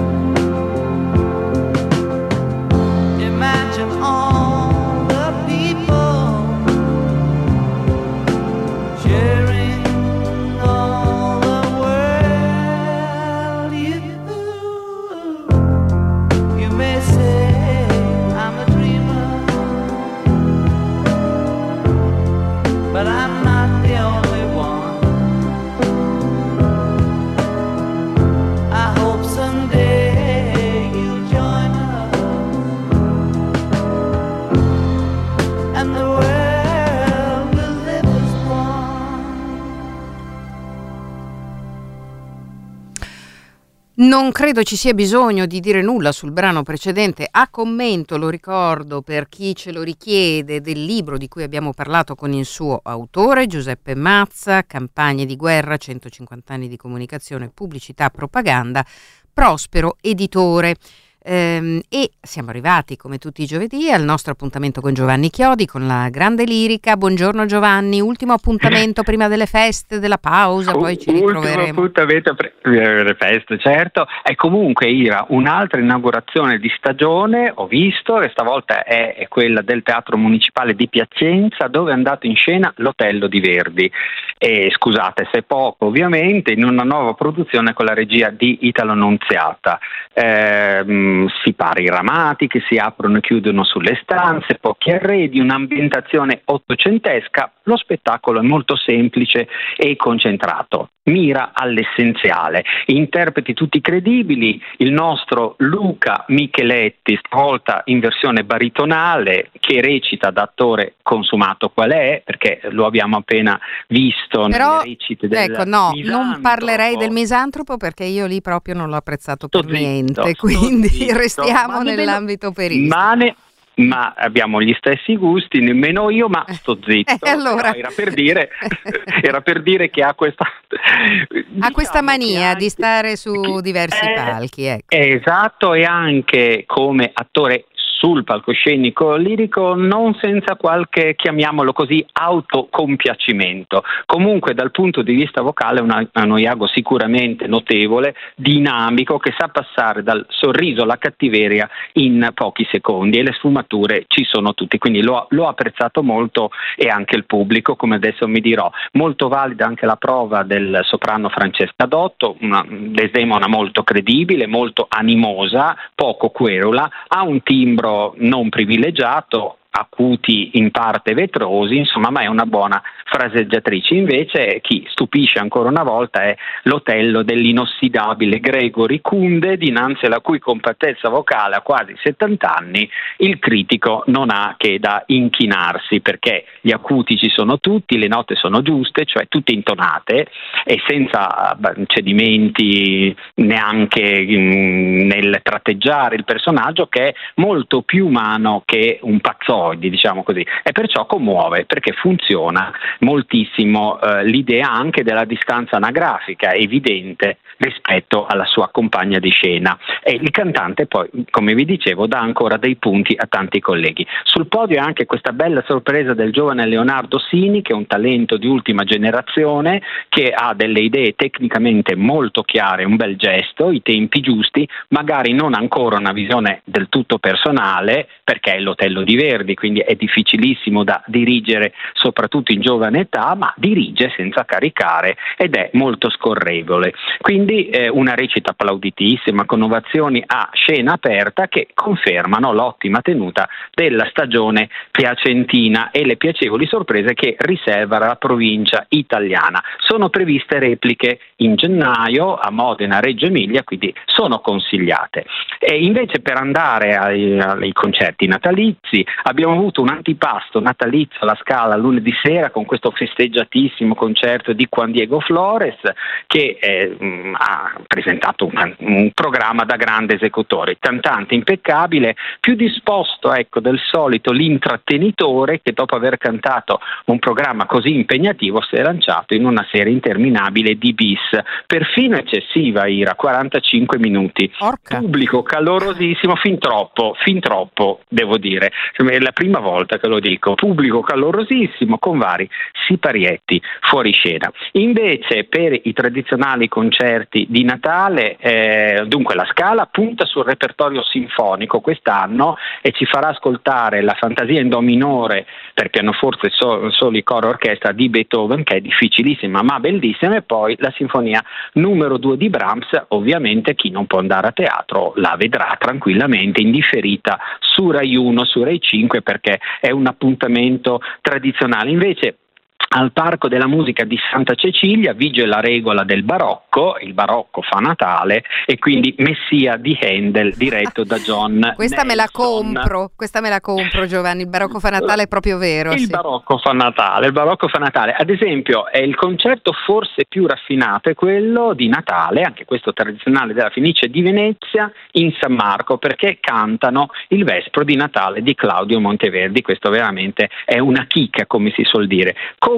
Imagine all the people sharing all the world. You may say I'm a dreamer, but I'm not the only one. I hope someday you'll join us and the world will live as one. Non credo ci sia bisogno di dire nulla sul brano precedente, a commento, lo ricordo per chi ce lo richiede, del libro di cui abbiamo parlato con il suo autore, Giuseppe Mazza, Campagne di guerra, 150 anni di comunicazione, pubblicità, propaganda, Prospero Editore. E siamo arrivati come tutti i giovedì al nostro appuntamento con Giovanni Chiodi, con la grande lirica. Buongiorno Giovanni, ultimo appuntamento prima delle feste, della pausa, poi ci ritroveremo. Ultimo appuntamento prima delle feste, certo. E comunque Ira, un'altra inaugurazione di stagione ho visto, e stavolta è quella del Teatro Municipale di Piacenza, dove è andato in scena L'Otello di Verdi. E scusate se poco, ovviamente, in una nuova produzione con la regia di Italo Nunziata. Si para i ramati che si aprono e chiudono sulle stanze, pochi arredi, un'ambientazione ottocentesca. Lo spettacolo è molto semplice e concentrato, mira all'essenziale, interpreti tutti credibili, il nostro Luca Micheletti, stavolta in versione baritonale, che recita da attore consumato qual è, perché lo abbiamo appena visto. Però, nelle recite del ecco, no, Misantropo. non parlerei del Misantropo, perché io lì proprio non l'ho apprezzato per niente, zitto, quindi restiamo nell'ambito operistico. Ma abbiamo gli stessi gusti, nemmeno io, ma sto zitto. Allora. Era per dire che ha questa mania di stare su diversi palchi, ecco. Esatto, e anche come attore sul palcoscenico lirico, non senza qualche, chiamiamolo così, autocompiacimento. Comunque dal punto di vista vocale uno Iago sicuramente notevole, dinamico, che sa passare dal sorriso alla cattiveria in pochi secondi, e le sfumature ci sono tutte, quindi l'ho apprezzato molto, e anche il pubblico, come adesso mi dirò. Molto valida anche la prova del soprano Francesca Dotto, una Desdemona molto credibile, molto animosa, poco querula, ha un timbro non privilegiato, acuti in parte vetrosi, insomma, ma è una buona fraseggiatrice. Invece chi stupisce ancora una volta è l'Otello dell'inossidabile Gregory Kunde, dinanzi alla cui compattezza vocale a quasi 70 anni il critico non ha che da inchinarsi, perché gli acuti ci sono tutti, le note sono giuste, cioè tutte intonate e senza cedimenti neanche nel tratteggiare il personaggio, che è molto più umano che un pazzotto, diciamo così, e perciò commuove, perché funziona moltissimo l'idea anche della distanza anagrafica evidente rispetto alla sua compagna di scena, e il cantante poi, come vi dicevo, dà ancora dei punti a tanti colleghi. Sul podio è anche questa bella sorpresa del giovane Leonardo Sini, che è un talento di ultima generazione, che ha delle idee tecnicamente molto chiare, un bel gesto, i tempi giusti, magari non ancora una visione del tutto personale, perché è l'Otello di Verdi, quindi è difficilissimo da dirigere, soprattutto in giovane età, ma dirige senza caricare ed è molto scorrevole. Quindi una recita applauditissima, con ovazioni a scena aperta che confermano l'ottima tenuta della stagione piacentina e le piacevoli sorprese che riserva la provincia italiana. Sono previste repliche in gennaio a Modena, Reggio Emilia, quindi sono consigliate. E invece, per andare ai concerti natalizi, abbiamo avuto un antipasto natalizio alla Scala lunedì sera con questo festeggiatissimo concerto di Juan Diego Flores, che ha presentato un programma da grande esecutore, cantante impeccabile, più disposto del solito l'intrattenitore, che dopo aver cantato un programma così impegnativo si è lanciato in una serie interminabile di bis, perfino eccessiva, Ira, 45 minuti. Porca. Pubblico calorosissimo, fin troppo devo dire, è la prima volta che lo dico, pubblico calorosissimo con vari siparietti fuori scena. Invece per i tradizionali concerti di Natale, dunque la Scala punta sul repertorio sinfonico quest'anno e ci farà ascoltare la Fantasia in Do minore per pianoforte, soli, coro, orchestra di Beethoven, che è difficilissima ma bellissima, e poi la Sinfonia numero 2 di Brahms. Ovviamente chi non può andare a teatro la vedrà tranquillamente in differita su Rai 1, su Rai 5, perché è un appuntamento tradizionale. Invece al Parco della Musica di Santa Cecilia vige la regola del barocco, il barocco fa Natale, e quindi Messia di Handel diretto da John Questa Nelson. me la compro Giovanni, il barocco fa Natale è proprio vero. Il barocco fa Natale, ad esempio è il concerto forse più raffinato, è quello di Natale, anche questo tradizionale della Fenice di Venezia, in San Marco, perché cantano il Vespro di Natale di Claudio Monteverdi. Questo veramente è una chicca, come si suol dire. Come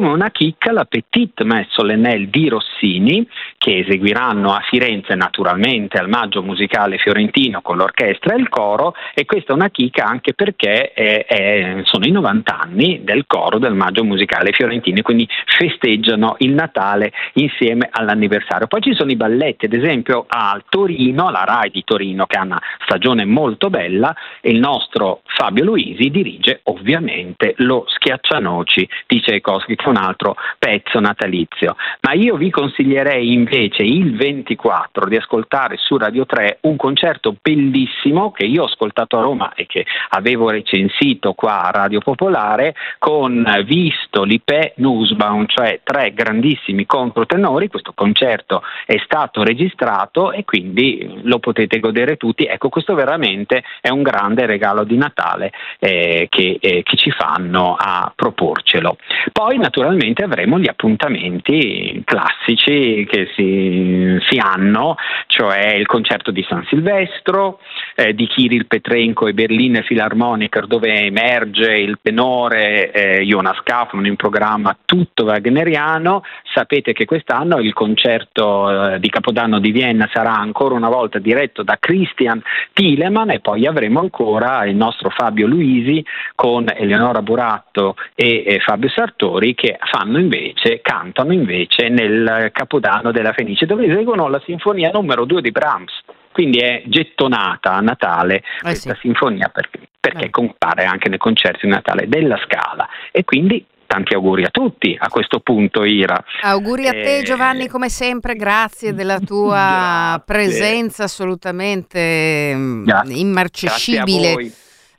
come una chicca la Petite Messe Solennelle di Rossini, che eseguiranno a Firenze naturalmente al Maggio Musicale Fiorentino con l'orchestra e il coro, e questa è una chicca anche perché sono i 90 anni del coro del Maggio Musicale Fiorentino, quindi festeggiano il Natale insieme all'anniversario. Poi ci sono i balletti, ad esempio a Torino, la Rai di Torino, che ha una stagione molto bella, e il nostro Fabio Luisi dirige ovviamente lo Schiaccianoci di Tchaikovsky, che è un altro pezzo natalizio. Ma io vi consiglierei invece il 24 di ascoltare su Radio 3 un concerto bellissimo che io ho ascoltato a Roma e che avevo recensito qua a Radio Popolare, con Visto, Lipè, Nussbaum, cioè 3 grandissimi controtenori. Questo concerto è stato registrato e quindi lo potete godere tutti. Ecco, questo veramente è un grande regalo di Natale che ci fanno a proporcelo. Poi naturalmente avremo gli appuntamenti classici che si hanno, cioè il concerto di San Silvestro, di Kirill Petrenko e Berliner Philharmoniker, dove emerge il tenore Jonas Kaufmann in programma tutto wagneriano. Sapete che quest'anno il concerto di Capodanno di Vienna sarà ancora una volta diretto da Christian Thielemann, e poi avremo ancora il nostro Fabio Luisi con Eleonora Buratto e Fabio Sartori, che cantano invece nel Capodanno della Fenice, dove eseguono la sinfonia numero 2 di Brahms. Quindi è gettonata a Natale questa sinfonia perché compare anche nei concerti di Natale della Scala. E quindi tanti auguri a tutti a questo punto, Ira. Auguri a te, Giovanni, come sempre, grazie della tua presenza assolutamente immarcescibile. Grazie a voi.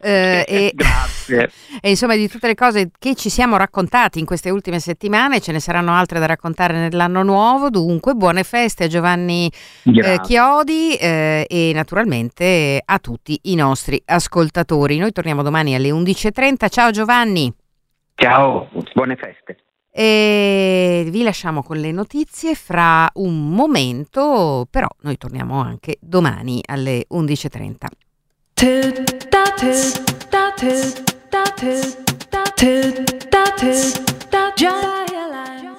Grazie. E insomma di tutte le cose che ci siamo raccontati in queste ultime settimane. Ce ne saranno altre da raccontare nell'anno nuovo. Dunque buone feste a Giovanni Chiodi e naturalmente a tutti i nostri ascoltatori. Noi torniamo domani alle 11:30. Ciao Giovanni. Ciao, buone feste. E vi lasciamo con le notizie fra un momento, però noi torniamo anche domani alle 11:30. Giant